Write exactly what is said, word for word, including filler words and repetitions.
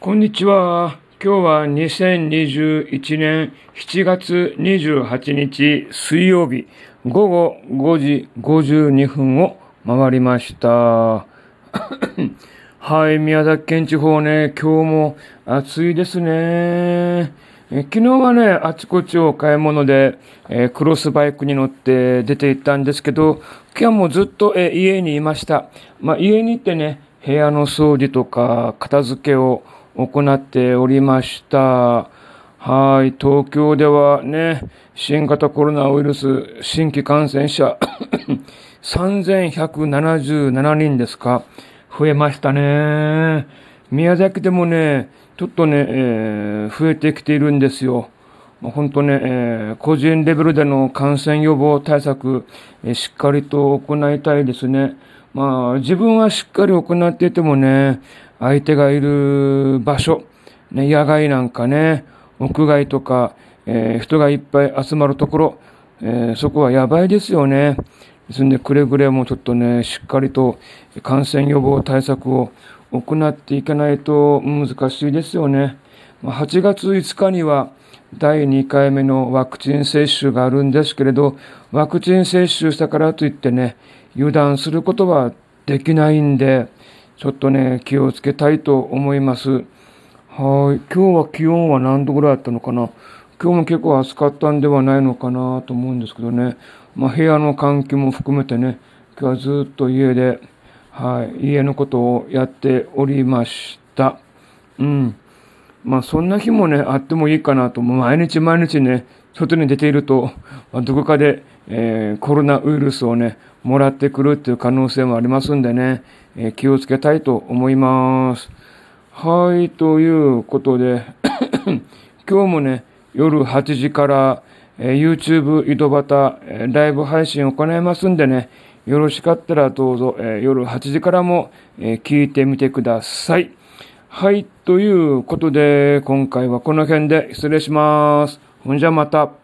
こんにちは。今日はにせんにじゅういちねんしちがつにじゅうはちにち水曜日ごごごじごじゅうにふんを回りました。はい、宮崎県地方ね、今日も暑いですね。え昨日はね、あちこちを買い物で、えークロスバイクに乗って出て行ったんですけど、今日もずっと、えー家にいました。まあ、家に行ってね、部屋の掃除とか片付けを行っておりました。はい、東京ではね、新型コロナウイルス新規感染者さんぜんひゃくななじゅうななにんですか。増えましたね。宮崎でもね、ちょっとね、えー増えてきているんですよ。本当ね、えー個人レベルでの感染予防対策、えーしっかりと行いたいですね。まあ、自分はしっかり行っていてもね、相手がいる場所、ね、野外なんかね、屋外とか、えー人がいっぱい集まるところ、えーそこはやばいですよね。ですので、くれぐれもちょっとね、しっかりと感染予防対策を行っていかないと難しいですよね。まあはちがついつかにはだいにかいめのワクチン接種があるんですけれど、ワクチン接種したからといってね、油断することはできないんで、ちょっとね、気をつけたいと思います。はい。今日は気温は何度ぐらいあったのかな。今日も結構暑かったんではないのかなと思うんですけどね。まあ部屋の換気も含めてね、今日はずっと家で、はい、家のことをやっておりました。うん。まあそんな日もね、あってもいいかなと。もう毎日毎日ね、外に出ていると、まあどこかで、えーコロナウイルスをね、もらってくるっていう可能性もありますんでね、えー気をつけたいと思います。はい、ということで、今日もね、夜はちじから、えー YouTube 井戸端、えーライブ配信を行いますんでね、よろしかったらどうぞ、えー夜はちじからも、えー聞いてみてください。はい、ということで、今回はこの辺で失礼します。ほんじゃまた。